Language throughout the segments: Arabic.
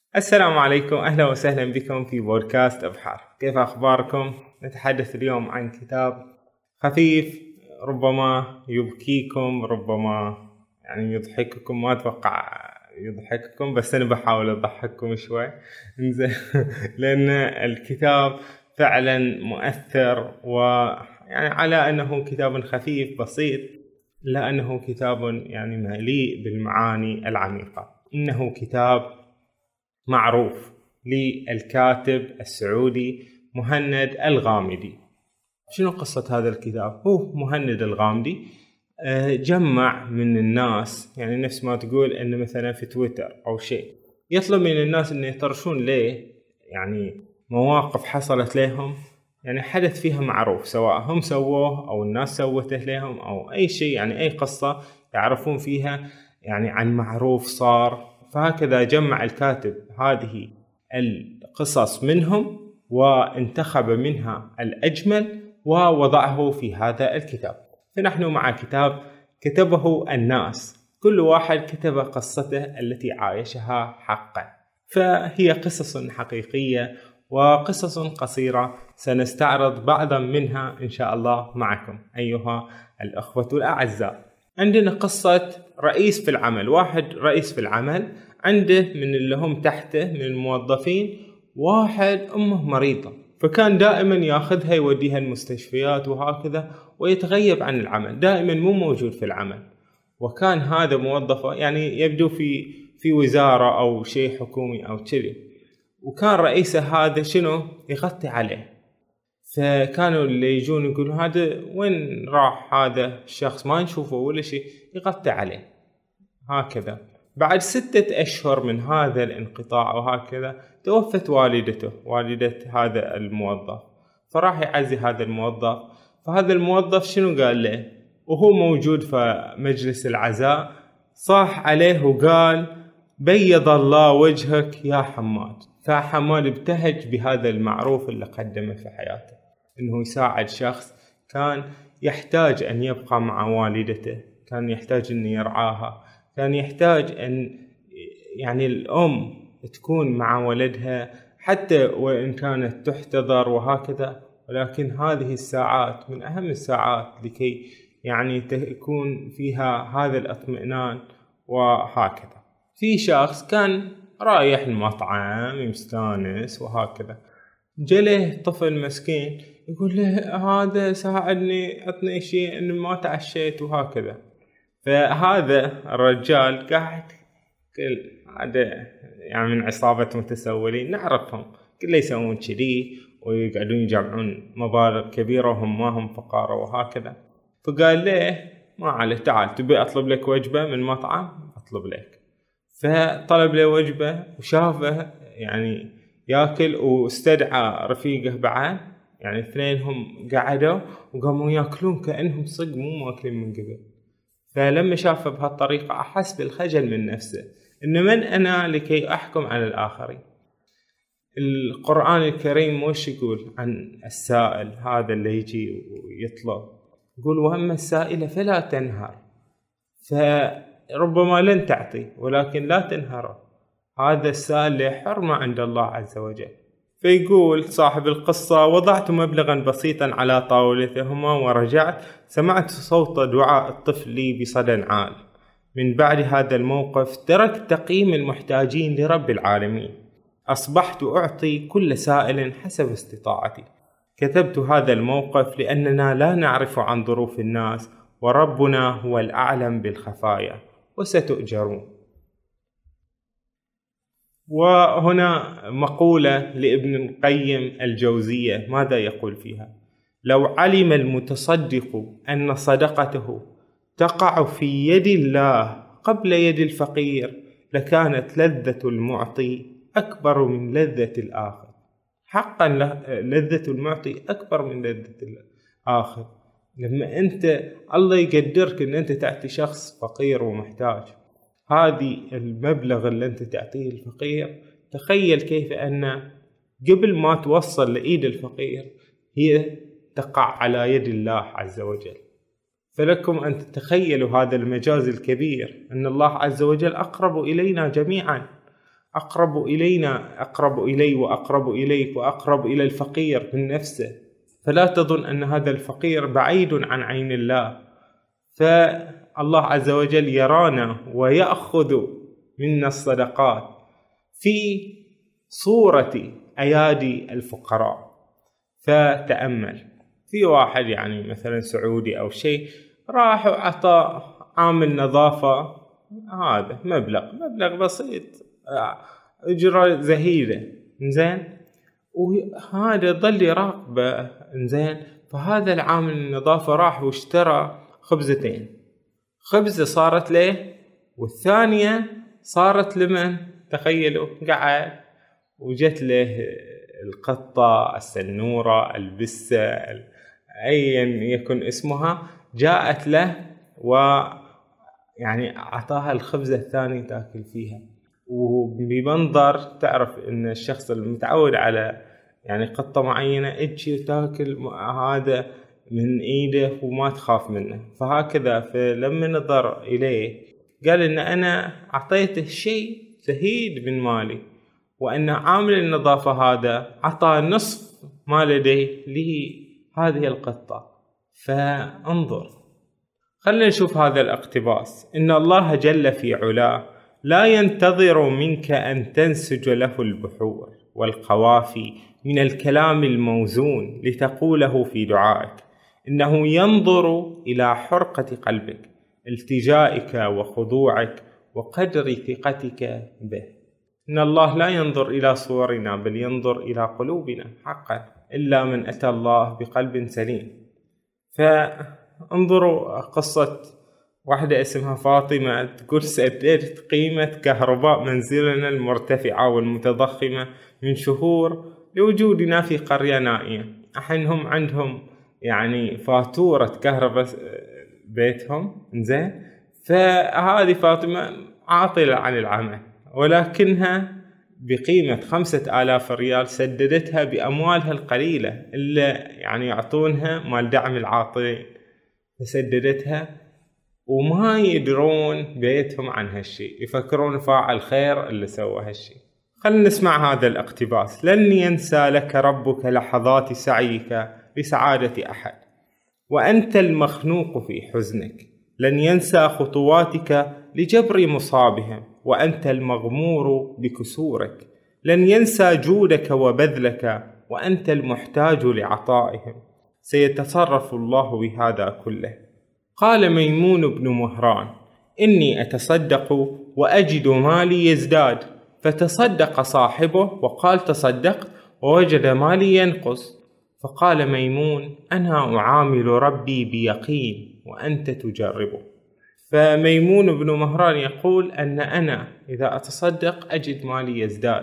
السلام عليكم، أهلا وسهلا بكم في بودكاست أبحار. كيف أخباركم؟ نتحدث اليوم عن كتاب خفيف، ربما يبكيكم، ربما يضحككم. ما أتوقع يضحككم، بس أنا بحاول أضحككم شوي لأن الكتاب فعلا مؤثر، على أنه كتاب خفيف بسيط، لا أنه كتاب مليء بالمعاني العميقة. إنه كتاب معروف للكاتب السعودي مهند الغامدي. شنو قصة هذا الكتاب؟ هو مهند الغامدي جمع من الناس، نفس ما تقول إنه مثلا في تويتر أو شيء، يطلب من الناس إنه يطرشون ليه مواقف حصلت لهم، حدث فيها معروف، سواء هم سووه أو الناس سوته لهم أو أي شيء، أي قصة يعرفون فيها عن معروف صار. فهكذا جمع الكاتب هذه القصص منهم وانتخب منها الأجمل ووضعه في هذا الكتاب. فنحن مع كتاب كتبه الناس، كل واحد كتب قصته التي عايشها حقا. فهي قصص حقيقية وقصص قصيرة، سنستعرض بعضا منها إن شاء الله معكم أيها الأخوة الأعزاء. عندنا قصة رئيس في العمل. واحد رئيس في العمل عنده من اللي هم تحته من الموظفين واحد أمه مريضة، فكان دائما ياخذها يوديها المستشفيات وهكذا، ويتغيب عن العمل، دائما مو موجود في العمل. وكان هذا موظفه يبدو في وزارة أو شيء حكومي أو كذي، وكان رئيسه هذا شنو يغطي عليه. فكانوا اللي يجون يقولوا هذا وين راح هذا الشخص، ما نشوفه ولا شيء، يغطي عليه هكذا. بعد 6 أشهر من هذا الانقطاع وهكذا توفت والدته، والدة هذا الموظف. فراح يعزي هذا الموظف. فهذا الموظف شنو قال له وهو موجود في مجلس العزاء؟ صاح عليه وقال: بيض الله وجهك يا حماد. فحماد ابتهج بهذا المعروف اللي قدمه في حياته، انه يساعد شخص كان يحتاج ان يبقى مع والدته، كان يحتاج ان يرعاها، كان يحتاج ان الام تكون مع ولدها حتى وان كانت تحتضر وهكذا. ولكن هذه الساعات من اهم الساعات لكي تكون فيها هذا الاطمئنان وهكذا. في شخص كان رايح المطعم مستانس وهكذا، جله طفل مسكين يقول له: هذا ساعدني، عطني شيء ان ما تعشيت وهكذا. فهذا الرجال قاعد هذا من عصابة متسولين نعرفهم، كله يسوون كذي ويقعدون يجمعون مبالغ كبيرة وهم ما هم فقراء وهكذا. فقال له: ما عليه، تعال تبي اطلب لك وجبة من مطعم، اطلب لك. فطلب له وجبة وشافه ياكل، واستدعى رفيقه بعد، اثنينهم قعدوا وقاموا ياكلون كأنهم صدق مو ماكلين من قبل. فلما شافه بهالطريقة أحس بالخجل من نفسه، إن من أنا لكي أحكم على الآخرين. القرآن الكريم وش يقول عن السائل هذا اللي يجي ويطلب؟ يقول: وأما السائل فلا تنهر. فربما لن تعطي ولكن لا تنهره، هذا السائل له حرمة عند الله عز وجل. فيقول صاحب القصة: وضعت مبلغا بسيطا على طاولتهما ورجعت، سمعت صوت دعاء الطفل لي بصدى عال. من بعد هذا الموقف تركت تقييم المحتاجين لرب العالمين، أصبحت أعطي كل سائل حسب استطاعتي. كتبت هذا الموقف لأننا لا نعرف عن ظروف الناس، وربنا هو الأعلم بالخفايا، وستؤجرون. وهنا مقولة لابن القيم الجوزية، ماذا يقول فيها؟ لو علم المتصدق أن صدقته تقع في يد الله قبل يد الفقير لكانت لذة المعطي أكبر من لذة الآخر. حقا لذة المعطي أكبر من لذة الآخر. لما أنت الله يقدرك أن أنت تعطي شخص فقير ومحتاج هذه المبلغ اللي أنت تعطيه الفقير، تخيل كيف أن قبل ما توصل لإيد الفقير هي تقع على يد الله عز وجل. فلكم أن تتخيلوا هذا المجاز الكبير، أن الله عز وجل أقرب إلينا جميعا، أقرب إلينا أقرب إلي وأقرب إليك وأقرب إلى الفقير من نفسه، فلا تظن أن هذا الفقير بعيد عن عين الله. فالله عز وجل يرانا ويأخذ منا الصدقات في صورة أيادي الفقراء. فتأمل في واحد يعني مثلا سعودي أو شيء راح وعطى عامل نظافة هذا مبلغ بسيط، أجرة زهيدة، إنزين، وهذا ظل يراقبه، إنزين. فهذا العامل النظافة راح واشترى خبزتين، خبزة صارت له والثانية صارت لمن؟ تخيلوا، قاعد وجت له القطة، السنورة، البسة، أيا يكن اسمها، جاءت له ويعني أعطاها الخبزة الثانية تأكل فيها. وبمنظر تعرف إن الشخص المتعود على يعني قطة معينة اجي وتأكل هذا من إيده وما تخاف منه، فهكذا. فلما نظر إليه قال إن أنا أعطيته شيء زهيد من مالي، وأن عامل النظافة هذا عطى نصف ما لديه لهذه القطة. فانظر، خلنا نشوف هذا الاقتباس. إن الله جل في علاه لا ينتظر منك أن تنسج له البحور والقوافي من الكلام الموزون لتقوله في دعائك، إنه ينظر إلى حرقة قلبك، التجائك وخضوعك وقدر ثقتك به. إن الله لا ينظر إلى صورنا بل ينظر إلى قلوبنا حقا، إلا من أتى الله بقلب سليم. فانظروا قصة واحدة اسمها فاطمة تقول سددت قيمة كهرباء منزلنا المرتفعة والمتضخمة من شهور لوجودنا في قرية نائية. أحينهم عندهم يعني فاتورة كهرباء بيتهم، إنزين. فهذه فاطمة عاطلة عن العمل، ولكنها بقيمة 5000 ريال سددتها بأموالها القليلة اللي يعني يعطونها مال دعم العاطلين، فسددتها وما يدرون بيتهم عن هالشيء، يفكرون فاعل خير اللي سوى هالشيء. خلنا نسمع هذا الاقتباس. لن ينسى لك ربك لحظات سعيك لسعادة أحد، وأنت المخنوق في حزنك. لن ينسى خطواتك لجبر مصابهم، وأنت المغمور بكسورك. لن ينسى جودك وبذلك، وأنت المحتاج لعطائهم. سيتصرف الله بهذا كله. قال ميمون بن مهران: إني أتصدق وأجد مالي يزداد، فتصدق صاحبه وقال تصدقت ووجد مالي ينقص، فقال ميمون: أنا أعامل ربي بيقين وأنت تجربه. فميمون بن مهران يقول أن أنا إذا أتصدق أجد مالي يزداد،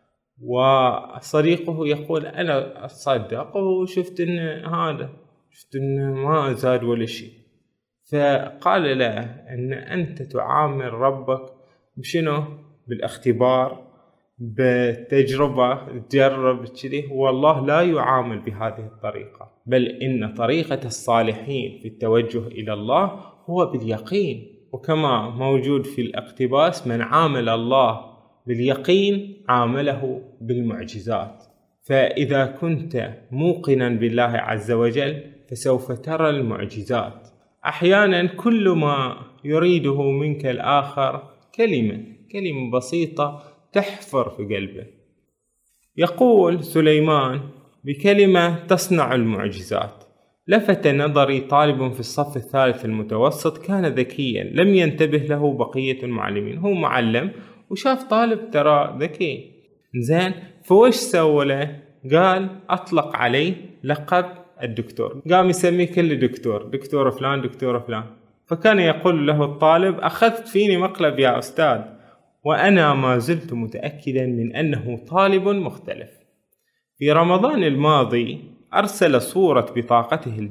وصديقه يقول أنا أتصدق وشفت إن ما زاد ولا شيء. فقال له أن أنت تعامل ربك بشنو؟ بالاختبار، بالتجربة، تجرب كذي. والله لا يعامل بهذه الطريقة، بل إن طريقة الصالحين في التوجه إلى الله هو باليقين. وكما موجود في الاقتباس: من عامل الله باليقين عامله بالمعجزات. فإذا كنت موقنا بالله عز وجل فسوف ترى المعجزات. أحيانا كل ما يريده منك الآخر كلمة بسيطة تحفر في قلبه. يقول سليمان: بكلمة تصنع المعجزات. لفت نظري طالب في الصف الثالث المتوسط كان ذكيا لم ينتبه له بقية المعلمين. هو معلم وشاف طالب ترى ذكي، زين، فوش سوى له؟ قال أطلق عليه لقب الدكتور، قام يسميه كل دكتور فلان دكتور فلان. فكان يقول له الطالب: أخذت فيني مقلب يا أستاذ، وأنا ما زلت متأكدا من أنه طالب مختلف. في رمضان الماضي رسل بطاقته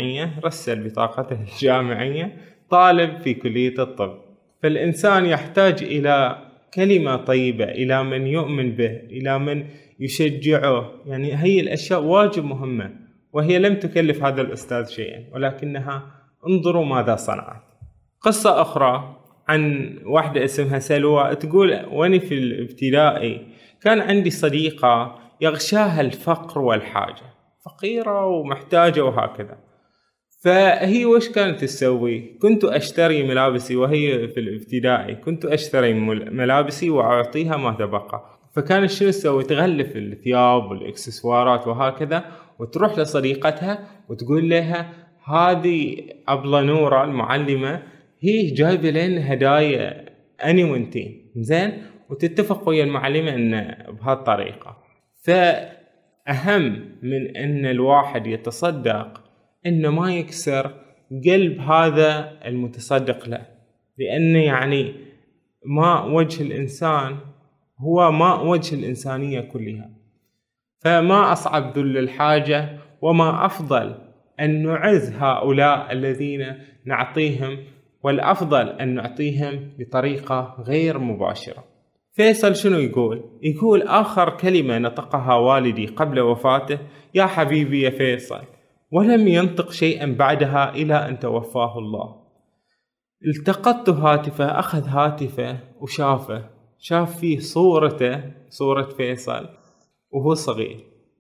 الجامعية طالب في كلية الطب. فالإنسان يحتاج إلى كلمة طيبة، إلى من يؤمن به، إلى من يشجعه. يعني هي الأشياء واجب مهمة، وهي لم تكلف هذا الأستاذ شيئا، ولكنها انظروا ماذا صنعت. قصة أخرى عن واحدة اسمها سلوى تقول: وأني في الابتدائي كان عندي صديقة يغشاها الفقر والحاجة، فقيرة ومحتاجة وهكذا. فهي وش كانت تسوي؟ كنت أشتري ملابسي وهي في الابتدائي، كنت أشتري ملابسي وأعطيها ما تبقى. فكانت شنو تسوي؟ تغلف الثياب والإكسسوارات وهكذا، وتروح لصديقتها وتقول لها: هذه أبلة نورة المعلمة هي جايبة لنا هدايا أني وانتين، زين؟ وتتفق ويا المعلمة إن بهالطريقة. فأهم من إن الواحد يتصدق إنه ما يكسر قلب هذا المتصدق له، لأنه يعني ماء وجه الإنسان هو ماء وجه الإنسانية كلها. فما أصعب ذل الحاجة، وما أفضل أن نعز هؤلاء الذين نعطيهم، والأفضل أن نعطيهم بطريقة غير مباشرة. فيصل شنو يقول؟ يقول: آخر كلمة نطقها والدي قبل وفاته: يا حبيبي يا فيصل، ولم ينطق شيئا بعدها إلى أن توفاه الله. التقطت هاتفه، أخذ هاتفه وشافه، شاف فيه صورته، صورة فيصل وهو صغير.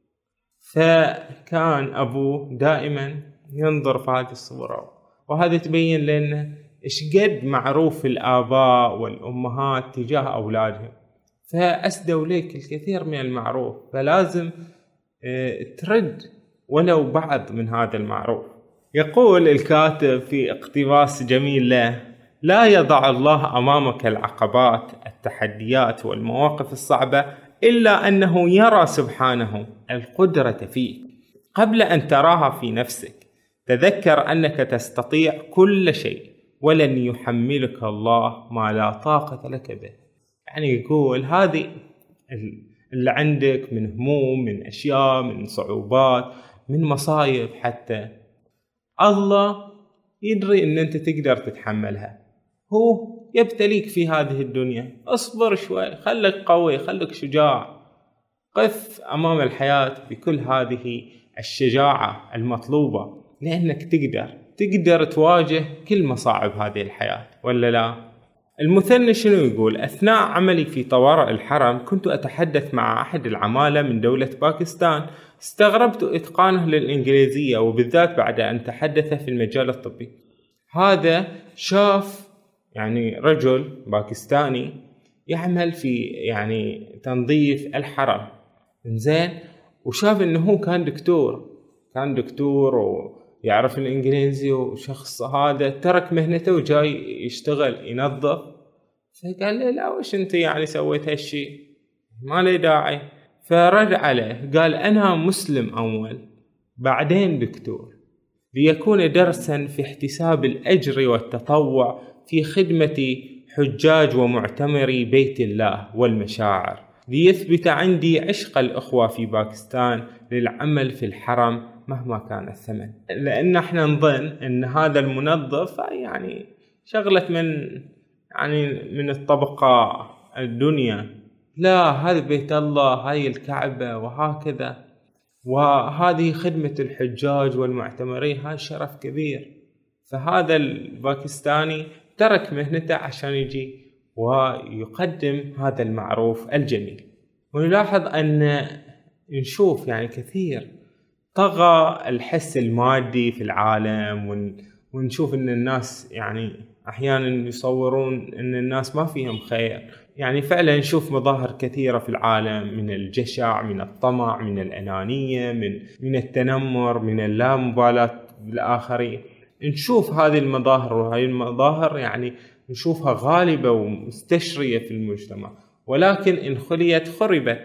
فكان أبوه دائما ينظر في هذه الصورة، وهذا تبين لنا إيش قد معروف الآباء والأمهات تجاه أولادهم، فأسدوا لك الكثير من المعروف، فلازم ترد ولو بعض من هذا المعروف. يقول الكاتب في اقتباس جميل له: لا يضع الله أمامك العقبات، التحديات والمواقف الصعبة، إلا أنه يرى سبحانه القدرة فيك قبل أن تراها في نفسك. تذكر أنك تستطيع كل شيء، ولن يحملك الله ما لا طاقة لك به. يعني يقول هذه اللي عندك من هموم، من أشياء، من صعوبات، من مصايب، حتى الله يدري أن أنت تقدر تتحملها. هو يبتليك في هذه الدنيا، اصبر شوي، خلك قوي، خلك شجاع، قف أمام الحياة بكل هذه الشجاعة المطلوبة، لأنك تقدر تواجه كل مصاعب هذه الحياة، ولا لا؟ المثنى شنو يقول؟ أثناء عملي في طوارئ الحرم كنت أتحدث مع أحد العمالة من دولة باكستان، استغربت إتقانه للإنجليزية، وبالذات بعد أن تحدث في المجال الطبي. هذا شاف يعني رجل باكستاني يعمل في يعني تنظيف الحرم، إنزين، وشاف إنه هو كان دكتور ويعرف الإنجليزي، وشخص هذا ترك مهنته وجاي يشتغل ينظف. فقال له: لا، وش أنت يعني سويت هالشي؟ ما له داعي. فرد عليه قال: أنا مسلم أول، بعدين دكتور، ليكون درسا في احتساب الأجر والتطوع في خدمة حجاج ومعتمري بيت الله والمشاعر، ليثبت عندي عشق الأخوة في باكستان للعمل في الحرم مهما كان الثمن. لأن احنا نظن أن هذا المنظف يعني شغلة من الطبقة الدنيا، لا، هذا بيت الله، هاي الكعبة وهكذا، وهذه خدمة الحجاج والمعتمرين، هاي شرف كبير. فهذا الباكستاني ترك مهنته عشان يجي ويقدم هذا المعروف الجميل. ونلاحظ أن نشوف يعني كثير طغى الحس المادي في العالم، ونشوف أن الناس يعني أحيانا يصورون أن الناس ما فيهم خير. يعني فعلا نشوف مظاهر كثيرة في العالم من الجشع، من الطمع، من الأنانية، من التنمر، من اللامبالاة بالآخرين. نشوف هذه المظاهر، وهذه المظاهر يعني نشوفها غالبة ومستشرية في المجتمع، ولكن إن خليت خربت.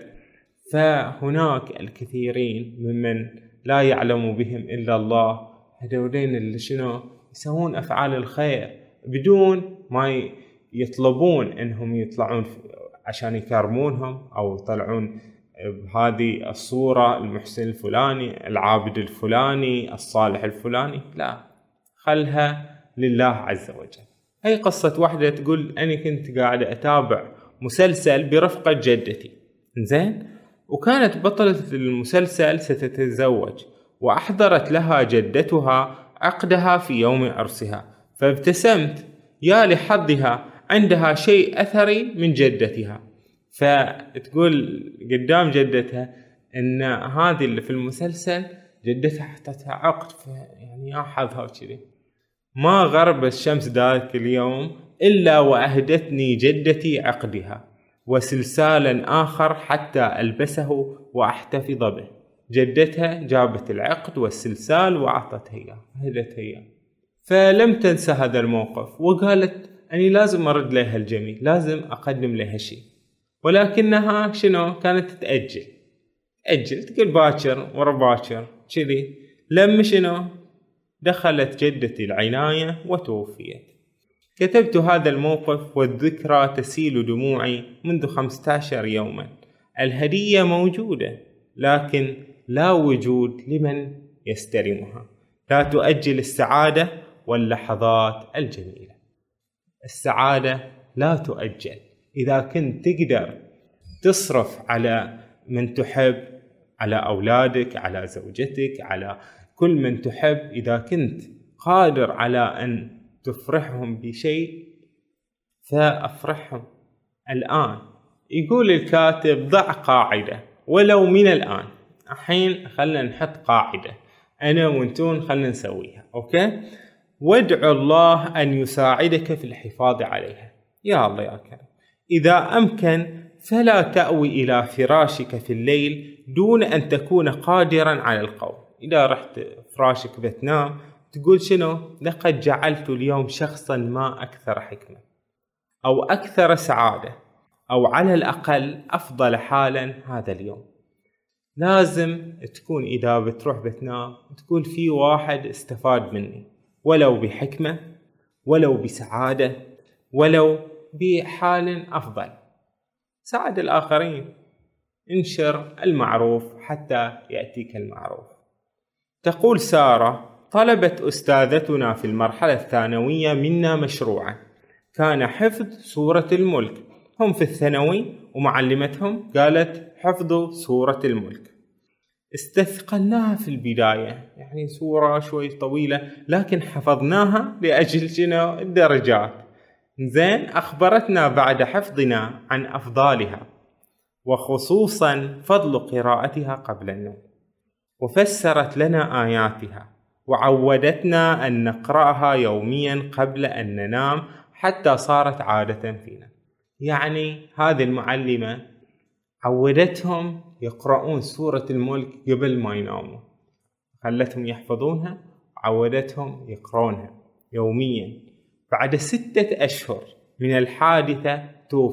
فهناك الكثيرين ممن لا يعلم بهم إلا الله، هذولين اللي شنو يسوون أفعال الخير بدون ما يطلبون أنهم يطلعون عشان يكرمونهم أو يطلعون بهذه الصورة المحسن الفلاني، العابد الفلاني، الصالح الفلاني. لا، خلها لله عز وجل. هي قصة واحدة تقول: أنا كنت قاعدة أتابع مسلسل برفقة جدتي، زين، وكانت بطلة المسلسل ستتزوج، وأحضرت لها جدتها عقدها في يوم عرسها، فابتسمت، يا لحظها عندها شيء أثري من جدتها، فتقول قدام جدتها إن هذه اللي في المسلسل جدتها حطتها عقد، يعني يا حظها وكذي. ما غرب الشمس ذاك اليوم إلا وأهدتني جدتي عقدها وسلسالا آخر حتى ألبسه وأحتفظ به. جدتها جابت العقد والسلسال وعطتها إياه، هدتها إياه. فلم تنسى هذا الموقف وقالت أني لازم أرد لها الجميل، لازم أقدم لها شيء. ولكنها شنو كانت تأجل تقول باكر ورا باكر كذي. لما شنو دخلت جدتي العناية وتوفيت. كتبت هذا الموقف والذكرى تسيل دموعي منذ 15 يوما. الهدية موجودة لكن لا وجود لمن يستلمها. لا تؤجل السعادة واللحظات الجميلة. السعادة لا تؤجل. إذا كنت تقدر تصرف على من تحب، على أولادك، على زوجتك، على كل من تحب، إذا كنت قادر على أن تفرحهم بشيء فأفرحهم الآن. يقول الكاتب ضع قاعدة ولو من الآن. الحين خلنا نحط قاعدة أنا وانتون خلنا نسويها، أوكي؟ وادعو الله أن يساعدك في الحفاظ عليها. يا الله يا كريم. إذا أمكن فلا تأوي إلى فراشك في الليل دون أن تكون قادرا على القول. إذا رحت فراشك بتنام تقول شنو؟ لقد جعلت اليوم شخصا ما أكثر حكمة أو أكثر سعادة أو على الأقل أفضل حالا هذا اليوم. لازم تكون إذا بتروح بتنام تقول في واحد استفاد مني، ولو بحكمة، ولو بسعادة، ولو بحال أفضل. ساعد الآخرين، انشر المعروف حتى يأتيك المعروف. تقول سارة طلبت أستاذتنا في المرحلة الثانوية منا مشروعا كان حفظ سورة الملك. هم في الثانوي ومعلمتهم قالت حفظوا سورة الملك. استثقلناها في البداية، يعني سورة شوي طويلة لكن حفظناها لأجل شنو؟ الدرجات. زين. أخبرتنا بعد حفظنا عن أفضالها وخصوصا فضل قراءتها قبل النوم، وفسرت لنا آياتها وعودتنا أن نقرأها يوميا قبل أن ننام حتى صارت عادة فينا. يعني هذه المعلمة عودتهم يقرؤون سورة الملك قبل ما يناموا، خلتهم يحفظونها، عودتهم يقرؤونها يوميا. بعد 6 أشهر من الحادثة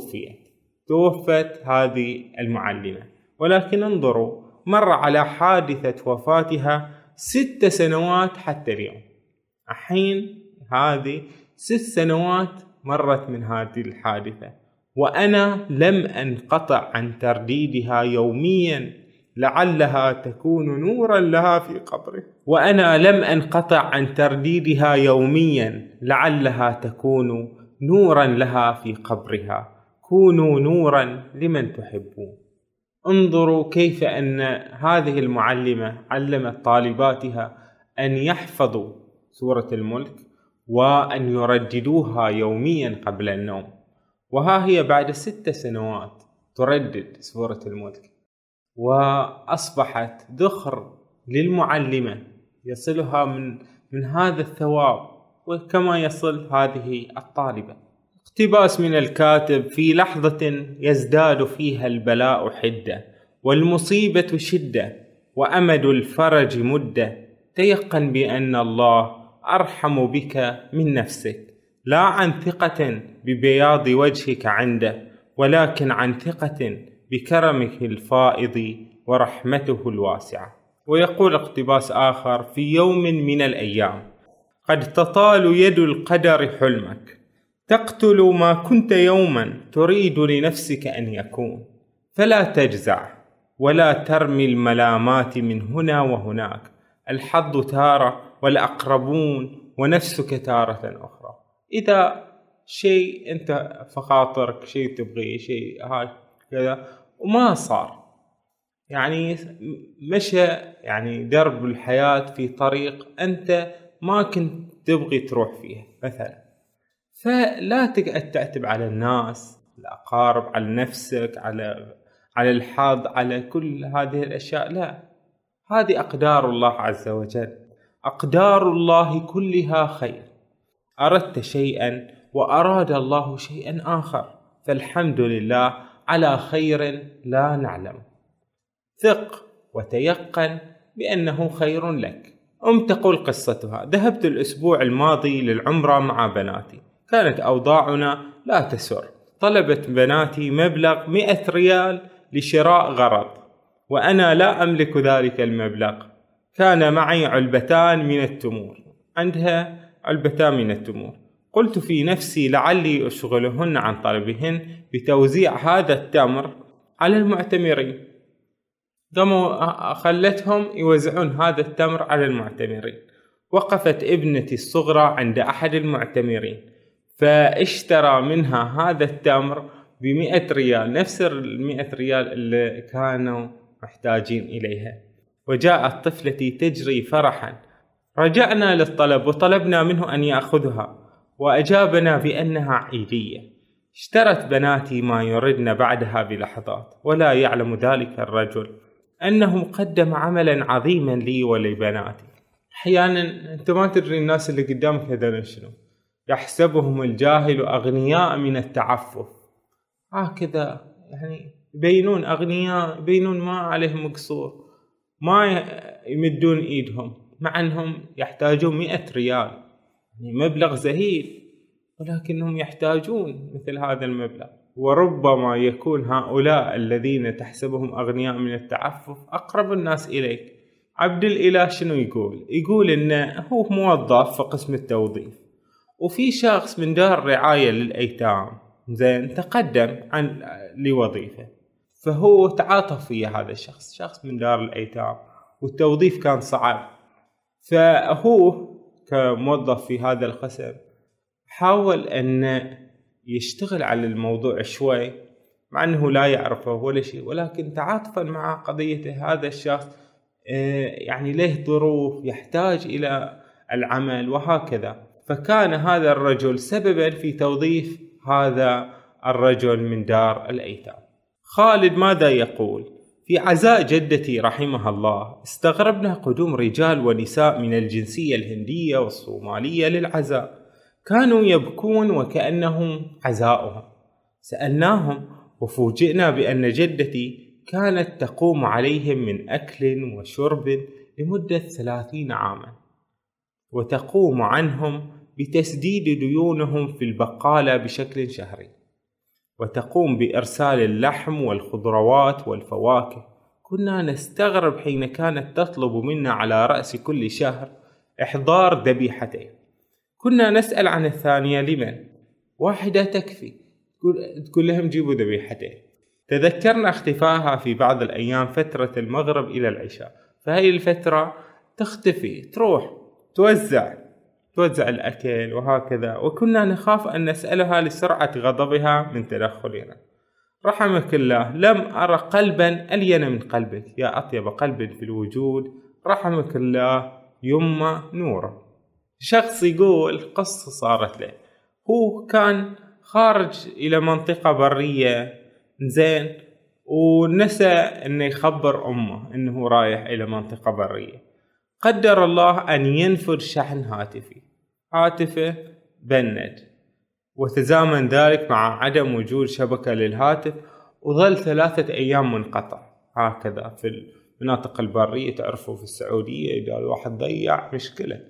توفت هذه المعلمة. ولكن انظروا، مر على حادثة وفاتها 6 سنوات حتى اليوم. الحين هذه 6 سنوات مرت من هذه الحادثة وأنا لم أنقطع عن ترديدها يوميا لعلها تكون نورا لها في قبره. وأنا لم أنقطع عن ترديدها يوميا لعلها تكون نورا لها في قبرها. كونوا نورا لمن تحبون. انظروا كيف أن هذه المعلمة علمت طالباتها أن يحفظوا سورة الملك وأن يرددوها يوميا قبل النوم. وها هي بعد 6 سنوات تردد سورة الملك، وأصبحت ذخر للمعلمة يصلها من هذا الثواب وكما يصل هذه الطالبة. اقتباس من الكاتب: في لحظة يزداد فيها البلاء حدة والمصيبة شدة وأمد الفرج مدة، تيقن بأن الله أرحم بك من نفسك، لا عن ثقة ببياض وجهك عنده، ولكن عن ثقة بكرمه الفائض ورحمته الواسعة. ويقول اقتباس آخر: في يوم من الأيام قد تطال يد القدر حلمك، تقتل ما كنت يوما تريد لنفسك أن يكون، فلا تجزع ولا ترمي الملامات من هنا وهناك، الحظ تارة والأقربون ونفسك تارة أخرى. إذا شيء أنت فخاطرك شيء تبغيه، شيء كذا وما صار، يعني مشى يعني درب الحياة في طريق أنت ما كنت تبغي تروح فيها مثلا، فلا تقعد تعتب على الناس، الأقارب، على نفسك، على الحظ، على كل هذه الأشياء. لا، هذه أقدار الله عز وجل، أقدار الله كلها خير. أردت شيئا وأراد الله شيئا آخر، فالحمد لله على خير لا نعلم. ثق وتيقن بأنه خير لك. تقول قصتها: ذهبت الأسبوع الماضي للعمرة مع بناتي، كانت أوضاعنا لا تسر. طلبت بناتي مبلغ 100 ريال لشراء غرض، وأنا لا أملك ذلك المبلغ. كان معي علبتان من التمور، عندها علبتان من التمور. قلت في نفسي لعلي أشغلهن عن طلبهن بتوزيع هذا التمر على المعتمرين. قاموا خلتهم يوزعون هذا التمر على المعتمرين. وقفت ابنتي الصغرى عند أحد المعتمرين، فاشترى منها هذا التمر ب100 ريال، نفس 100 ريال اللي كانوا محتاجين إليها. وجاءت طفلتي تجري فرحا. رجعنا للطلب وطلبنا منه أن يأخذها، وأجابنا بأنها عيدية. اشترت بناتي ما يردن بعدها بلحظات، ولا يعلم ذلك الرجل أنه قدم عملا عظيما لي ولبناتي. أحيانا أنت ما تدري الناس اللي قدامك هذول شنو، يحسبهم الجاهل أغنياء من التعفف. هكذا يعني يبينون أغنياء، يبينون ما عليهم قصور، ما يمدون إيدهم، مع أنهم يحتاجون 100 ريال، يعني مبلغ زهيد، ولكنهم يحتاجون مثل هذا المبلغ. وربما يكون هؤلاء الذين تحسبهم أغنياء من التعفف أقرب الناس إليك. عبد الإله شنو يقول إنه هو موظف في قسم التوظيف، وفي شخص من دار رعاية للأيتام زين تقدم لوظيفة، فهو تعاطف فيه هذا الشخص، شخص من دار الأيتام، والتوظيف كان صعب. فهو كموظف في هذا القسم حاول أن يشتغل على الموضوع شوي، مع أنه لا يعرفه ولا شيء، ولكن تعاطفا مع قضية هذا الشخص، يعني له ظروف يحتاج إلى العمل وهكذا. فكان هذا الرجل سببا في توظيف هذا الرجل من دار الأيتام. خالد ماذا يقول؟ في عزاء جدتي رحمها الله استغربنا قدوم رجال ونساء من الجنسية الهندية والصومالية للعزاء، كانوا يبكون وكأنهم عزاؤهم. سألناهم وفوجئنا بأن جدتي كانت تقوم عليهم من أكل وشرب لمدة 30 عاما، وتقوم عنهم بتسديد ديونهم في البقالة بشكل شهري، وتقوم بإرسال اللحم والخضروات والفواكه. كنا نستغرب حين كانت تطلب منا على رأس كل شهر إحضار ذبيحتين. كنا نسأل عن الثانية لمن؟ واحدة تكفي، تقول لهم جيبوا ذبيحتين. تذكرنا اختفاها في بعض الأيام فترة المغرب إلى العشاء، فهي الفترة تختفي، تروح توزع الأكل وهكذا، وكنا نخاف أن نسألها لسرعة غضبها من تدخلنا. رحمك الله، لم أرى قلبا ألين من قلبك يا أطيب قلب في الوجود، رحمك الله يما نورا. شخص يقول قصة صارت له، هو كان خارج إلى منطقة برية زين، ونسى أنه يخبر أمه أنه رايح إلى منطقة برية. قدر الله أن ينفذ شحن هاتفه بند، وتزامن ذلك مع عدم وجود شبكة للهاتف، وظل 3 أيام منقطع. هكذا في المناطق البرية، تعرفوا في السعودية إذا الواحد ضيع مشكلة.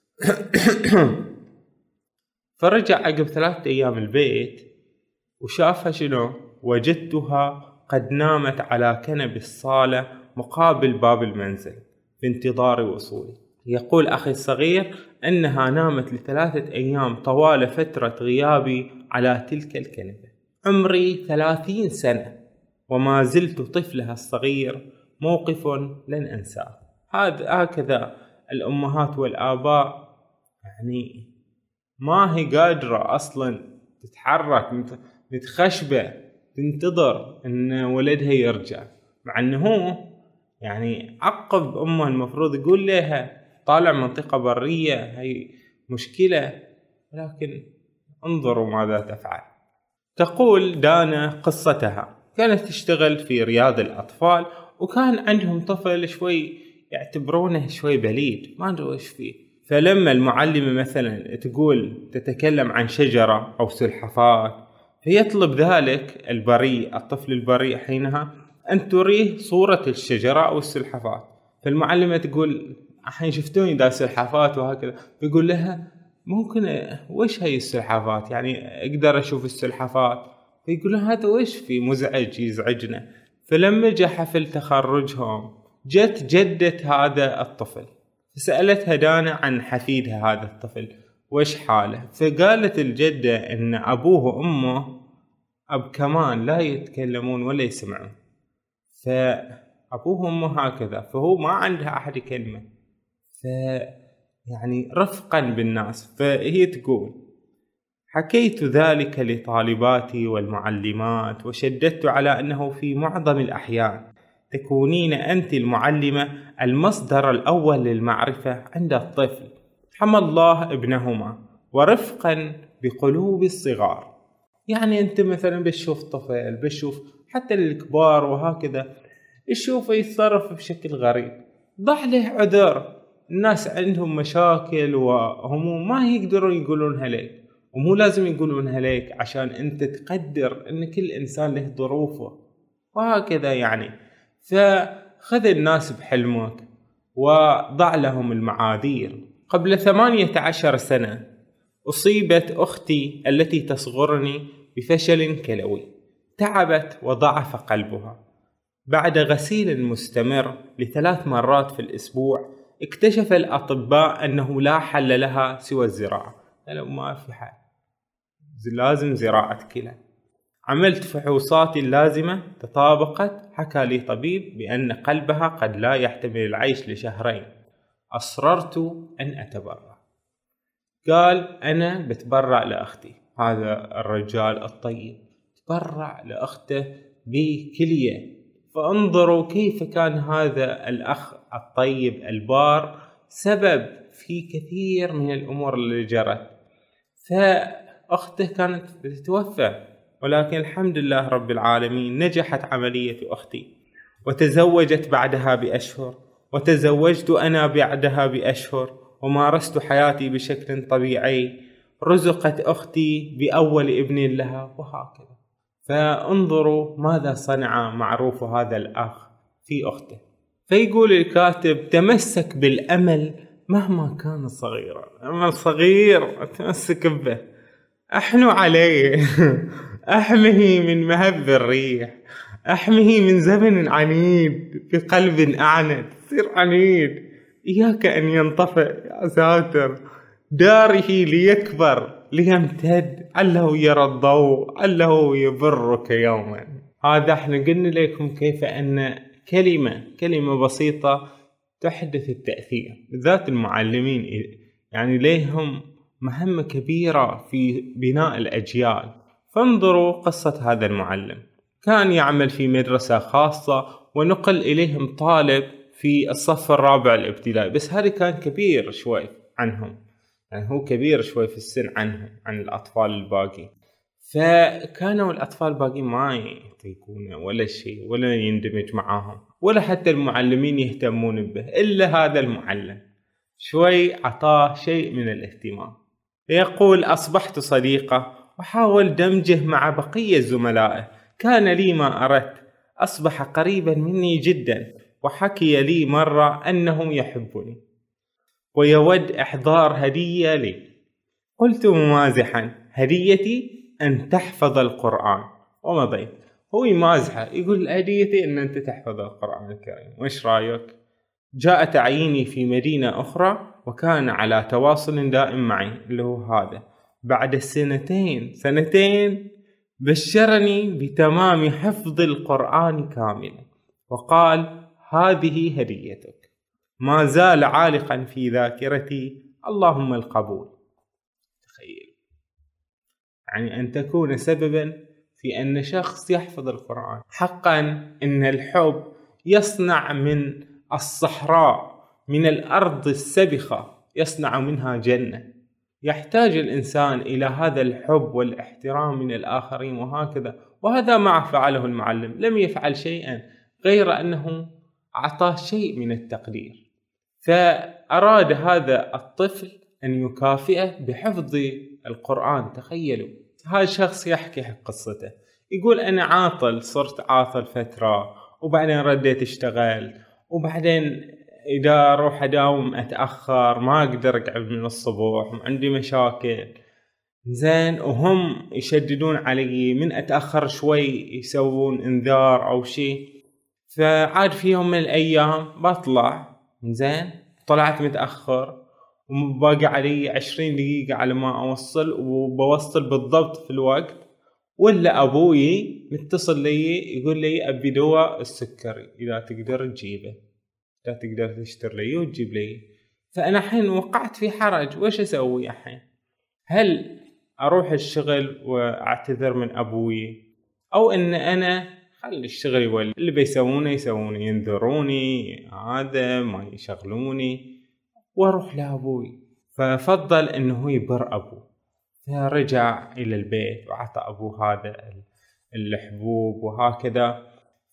فرجع عقب 3 أيام البيت وشافها شنو؟ وجدتها قد نامت على كنب الصالة مقابل باب المنزل في انتظار وصولي. يقول أخي الصغير أنها نامت ل3 أيام طوال فترة غيابي على تلك الكنبة. عمري 30 سنة وما زلت طفلها الصغير، موقف لن أنساه. هكذا الأمهات والآباء، يعني ما هي قادرة أصلا تتحرك، متخشبة تنتظر أن ولدها يرجع، مع أنه يعني عقب أمه المفروض يقول لها طالع منطقة برية، هي مشكلة، لكن انظروا ماذا تفعل. تقول دانا قصتها، كانت تشتغل في رياض الأطفال، وكان عندهم طفل شوي يعتبرونه شوي بليد، ما أدري وش فيه. فلما المعلمة مثلا تقول تتكلم عن شجرة أو سلحفاة، فيطلب ذلك البريء، الطفل البريء حينها، أن تريه صورة الشجرة أو السلحفاة. فالمعلمة تقول الحين شفتوني دا سلحفاة وهكذا، بيقول لها ممكن وش هي السلحفاة، يعني اقدر اشوف السلحفاة؟ فيقول لها هذا وش في مزعج يزعجنا. فلما جاء حفل تخرجهم جت جدة هذا الطفل، فسألتها دانا عن حفيدها هذا الطفل وش حاله. فقالت الجدة ان ابوه وامه اب كمان لا يتكلمون ولا يسمعون، فابوه وامه هكذا، فهو ما عندها احد يكلمه، يعني رفقا بالناس. فهي تقول حكيت ذلك لطالباتي والمعلمات، وشددت على أنه في معظم الأحيان تكونين أنت المعلمة المصدر الأول للمعرفة عند الطفل، حمى الله ابنهما، ورفقا بقلوب الصغار. يعني أنت مثلا بتشوف طفل، بتشوف حتى الكبار وهكذا، تشوفه يتصرف بشكل غريب، ضع له عذر. الناس عندهم مشاكل وهموم ما يقدرون يقولونها لك، ومو لازم يقولونها لك عشان انت تقدر ان كل انسان له ظروفه وهكذا يعني. فخذ الناس بحلمك وضع لهم المعاذير. قبل 18 سنة أصيبت أختي التي تصغرني بفشل كلوي، تعبت وضعف قلبها. بعد غسيل مستمر ل3 مرات في الأسبوع، اكتشف الأطباء أنه لا حل لها سوى الزراعة. قالوا ما في حل، لازم زراعة كلى. عملت فحوصاتي اللازمة، تطابقت. حكى لي طبيب بأن قلبها قد لا يحتمل العيش ل2 أصررت أن أتبرع. قال أنا بتبرع لأختي. هذا الرجال الطيب تبرع لأخته بكلية. فانظروا كيف كان هذا الأخ الطيب البار سبب في كثير من الأمور اللي جرت. فأخته كانت تتوفى، ولكن الحمد لله رب العالمين نجحت عملية أختي، وتزوجت بعدها بأشهر، وتزوجت أنا بعدها بأشهر، ومارست حياتي بشكل طبيعي. رزقت أختي بأول ابن لها، وهكذا. فانظروا ماذا صنع معروف هذا الأخ في أخته. فيقول الكاتب تمسك بالأمل مهما كان صغيرا. أمل صغير تمسك به، أحنو عليه أحمه من مهب الريح، أحمه من زمن عنيد بقلب أعند. صير عنيد، إياك أن ينطفئ يا ساتر، داره ليكبر ليمتد، عله يرى الضوء، عله يبرك يوما. هذا احنا قلنا لكم كيف أن كلمة بسيطة تحدث التأثير. بالذات المعلمين يعني ليهم مهمة كبيرة في بناء الأجيال. فانظروا قصة هذا المعلم، كان يعمل في مدرسة خاصة، ونقل إليهم طالب في الصف الرابع الابتدائي، بس هذا كان كبير شوي عنهم، يعني هو كبير شوي في السن عنهم، عن الأطفال الباقي. فكانوا الأطفال الباقي ما يطيقونه ولا شيء، ولا يندمج معاهم، ولا حتى المعلمين يهتمون به، إلا هذا المعلم شوي عطاه شيء من الاهتمام. يقول أصبحت صديقة، وحاول دمجه مع بقية زملائه. كان لي ما أردت، أصبح قريبا مني جدا، وحكي لي مرة أنه يحبني ويود إحضار هدية لي. قلت ممازحا هديتي أن تحفظ القرآن، ومضيت. هو يمازحه، يقول هديتي أن أنت تحفظ القرآن الكريم، وإيش رأيك؟ جاء تعييني في مدينة أخرى، وكان على تواصل دائم معي اللي هو هذا. بعد سنتين بشرني بتمام حفظ القرآن كاملا، وقال هذه هديتك. ما زال عالقا في ذاكرتي، اللهم القبول. تخيل يعني أن تكون سببا في أن شخص يحفظ القرآن. حقا إن الحب يصنع من الصحراء، من الأرض السبخة، يصنع منها جنة. يحتاج الإنسان إلى هذا الحب والاحترام من الآخرين وهكذا. وهذا ما فعله المعلم، لم يفعل شيئا غير أنه أعطاه شيء من التقدير. فأراد هذا الطفل أن يكافئه بحفظ القرآن. تخيلوا، هذا الشخص يحكي قصته، يقول أنا عاطل، صرت عاطل فترة، وبعدين رديت اشتغل، وبعدين إذا أروح أداوم أتأخر، ما أقدر أقعد من الصبح، وعندي مشاكل زين، وهم يشددون علي، من أتأخر شوي يسوون انذار أو شيء. فعاد في يوم من الأيام بطلع زين، طلعت متأخر وباقي علي 20 دقيقة على ما أوصل، وبوصل بالضبط في الوقت، ولا أبوي متصل لي يقول لي أبي دواء السكري، إذا تقدر تجيبه، لا تقدر تشتري لي وتجيب لي. فأنا الحين وقعت في حرج، وش أسوي الحين؟ هل أروح الشغل وأعتذر من أبوي، أو إن أنا خلي الشغل يولي اللي بيسوونه يسووني، ينذروني هذا ما يشغلوني، وأروح لأبوي؟ ففضل إنه يبر أبوه. فرجع إلى البيت وعطى أبوه هذا الحبوب وهكذا.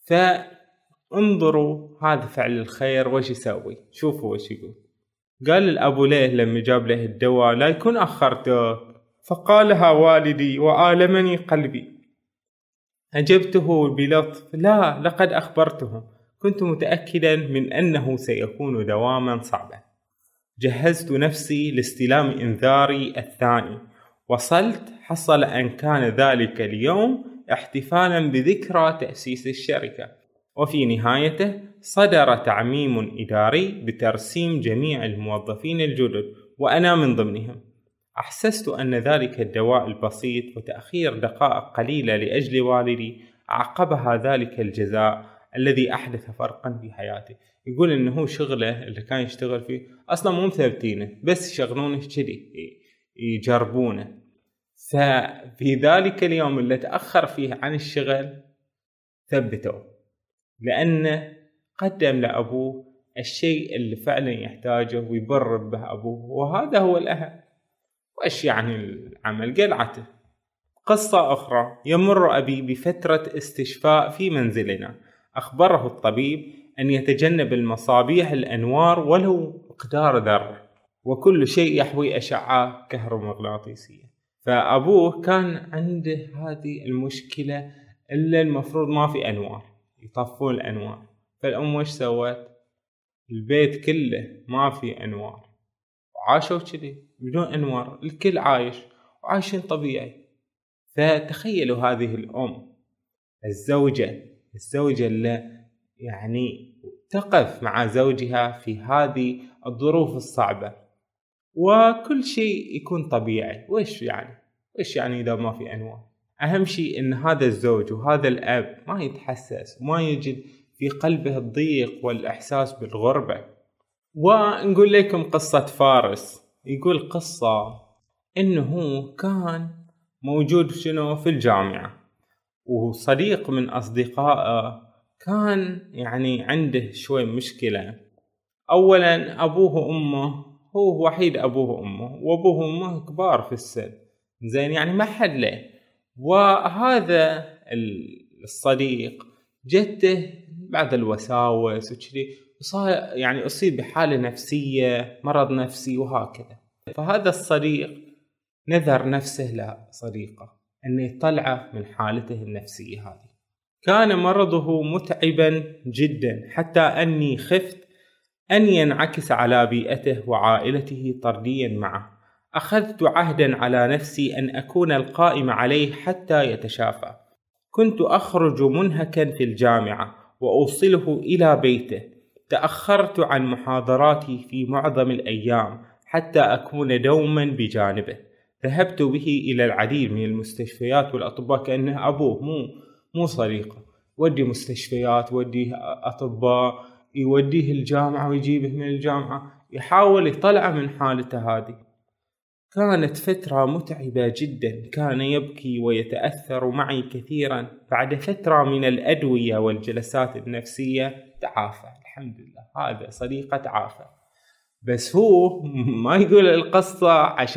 فانظروا هذا فعل الخير وش يسوي. شوفوا وش يقول. قال الأبو له لما جاب له الدواء لا يكون أخرتك، فقالها والدي وآلمني قلبي. أجبته بلطف لا، لقد أخبرتهم، كنت متأكدا من أنه سيكون دواما صعبا. جهزت نفسي لاستلام إنذاري الثاني. وصلت، حصل أن كان ذلك اليوم احتفالا بذكرى تأسيس الشركة، وفي نهايته صدر تعميم إداري بترسيم جميع الموظفين الجدد وأنا من ضمنهم. أحسست أن ذلك الدواء البسيط وتأخير دقائق قليلة لأجل والدي أعقبها ذلك الجزاء الذي أحدث فرقا في حياتي. يقول إنه شغله اللي كان يشتغل فيه أصلا مو مثبتينه، بس يشغلونه كذي يجربونه. ففي ذلك اليوم اللي تأخر فيه عن الشغل ثبتوه، لأنه قدم لأبوه الشيء اللي فعلا يحتاجه ويبر به أبوه، وهذا هو الأهم. وإيش يعني العمل قلعته. قصة أخرى. يمر أبي بفترة استشفاء في منزلنا. أخبره الطبيب أن يتجنب المصابيح الأنوار ولو مقدار ذرة، وكل شيء يحوي أشعة كهرومغناطيسية. فأبوه كان عنده هذه المشكلة، إلا المفروض ما في أنوار، يطفون الأنوار. فالأم وش سوت؟ البيت كله ما في أنوار، وعاشوا كذي بدون أنوار، الكل عايش وعايشين طبيعي. فتخيلوا هذه الأم، الزوجة اللي يعني تقف مع زوجها في هذه الظروف الصعبة، وكل شيء يكون طبيعي. وإيش يعني إذا ما في أنوار؟ أهم شيء إن هذا الزوج وهذا الأب ما يتحسس وما يجد في قلبه الضيق والإحساس بالغربة. ونقول لكم قصة فارس. يقول قصة إنه كان موجود في الجامعة، وصديق من أصدقائه كان يعني عنده شوي مشكلة. أولا أبوه وأمه، هو وحيد أبوه وأمه، وأبوه وأمه كبار في السن زين، يعني ما حد له. وهذا الصديق جته بعض الوساوس وكذي، وصار يعني أصيب بحالة نفسية، مرض نفسي وهكذا. فهذا الصديق نذر نفسه لصديقه أن يطلعه من حالته النفسية هذه. كان مرضه متعبا جدا، حتى أني خفت أن ينعكس على بيئته وعائلته طرديا معه. أخذت عهدا على نفسي أن أكون القائم عليه حتى يتشافى. كنت أخرج منهكا في الجامعة وأوصله إلى بيته. تأخرت عن محاضراتي في معظم الأيام حتى أكون دوما بجانبه. ذهبت به إلى العديد من المستشفيات والأطباء، كأنه أبوه مو صديقه. ودي مستشفيات، وديه أطباء، يوديه الجامعة ويجيبه من الجامعة، يحاول يطلعه من حالته هذه. كانت فترة متعبة جدا. كان يبكي ويتأثر معي كثيرا. بعد فترة من الأدوية والجلسات النفسية تعافى، الحمد لله. هذا صديقة تعافى. بس هو ما يقول القصة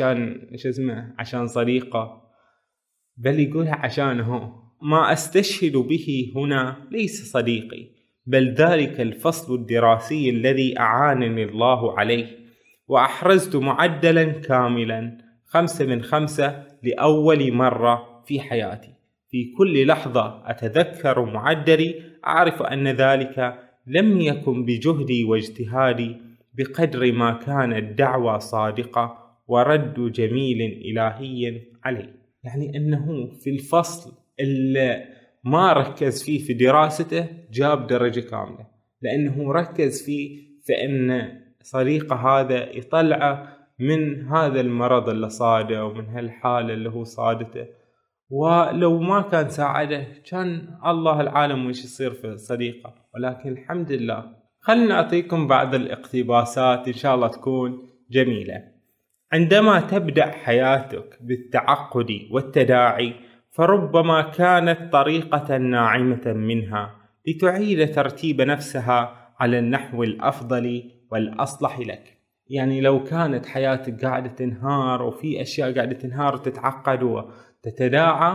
عشان صديقه، بل يقولها عشانه. ما أستشهد به هنا ليس صديقي، بل ذلك الفصل الدراسي الذي أعانني الله عليه، وأحرزت معدلا كاملا 5/5 لأول مرة في حياتي. في كل لحظة أتذكر معدلي أعرف أن ذلك لم يكن بجهدي واجتهادي بقدر ما كانت دعوة صادقة ورد جميل إلهي علي. يعني أنه في الفصل اللي ما ركز فيه في دراسته جاب درجة كاملة، لأنه ركز فيه في أن صديقه هذا يطلعه من هذا المرض اللي صاده ومن هالحالة اللي هو صادته. ولو ما كان ساعده كان الله العالم وش يصير في صديقه. ولكن الحمد لله. خلنا أعطيكم بعض الاقتباسات إن شاء الله تكون جميلة. عندما تبدأ حياتك بالتعقد والتداعي فربما كانت طريقة ناعمة منها لتعيد ترتيب نفسها على النحو الأفضل والأصلح لك. يعني لو كانت حياتك قاعدة تنهار وفي أشياء قاعدة تنهار وتتعقد وتتداعى،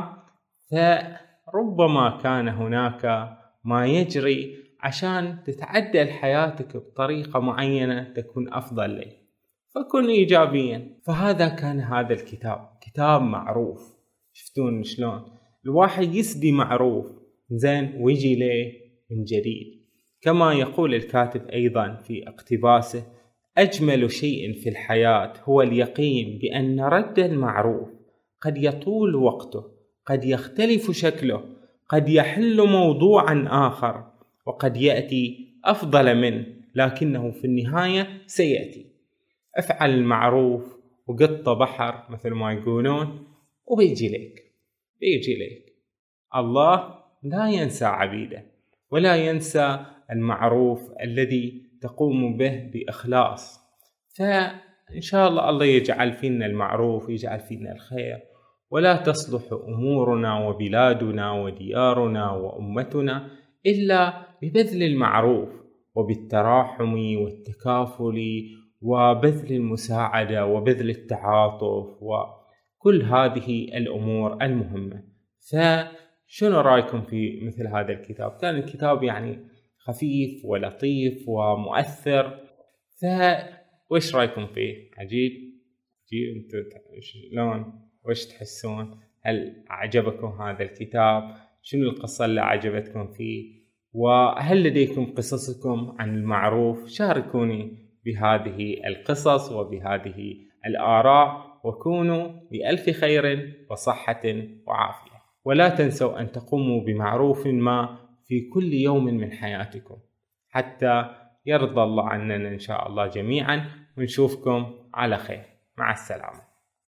فربما كان هناك ما يجري عشان تتعدل حياتك بطريقة معينة تكون أفضل لك، فكن إيجابيا. فهذا كان هذا الكتاب، كتاب معروف. شفتون شلون الواحد يسدي معروف زين ويجي ليه من جديد. كما يقول الكاتب أيضا في اقتباسه: أجمل شيء في الحياة هو اليقين بأن رد المعروف قد يطول وقته، قد يختلف شكله، قد يحل موضوعا آخر، وقد يأتي أفضل منه، لكنه في النهاية سيأتي. افعل المعروف وقط بحر مثل ما يقولون وبيجي لك. الله لا ينسى عبيده، ولا ينسى المعروف الذي تقوم به بإخلاص. فإن شاء الله يجعل فينا المعروف، يجعل فينا الخير، ولا تصلح أمورنا وبلادنا وديارنا وأمتنا إلا ببذل المعروف وبالتراحم والتكافل وبذل المساعدة وبذل التعاطف وكل هذه الأمور المهمة. فشنو رأيكم في مثل هذا الكتاب؟ كان الكتاب يعني خفيف ولطيف ومؤثر، وش رأيكم فيه؟ عجيب انتوا شلون وش تحسون؟ هل أعجبكم هذا الكتاب؟ شنو القصة اللي أعجبتكم فيه؟ وهل لديكم قصصكم عن المعروف؟ شاركوني بهذه القصص وبهذه الآراء، وكونوا بألف خير وصحة وعافية. ولا تنسوا أن تقوموا بمعروف ما في كل يوم من حياتكم حتى يرضى الله عننا إن شاء الله جميعا، ونشوفكم على خير. مع السلامة.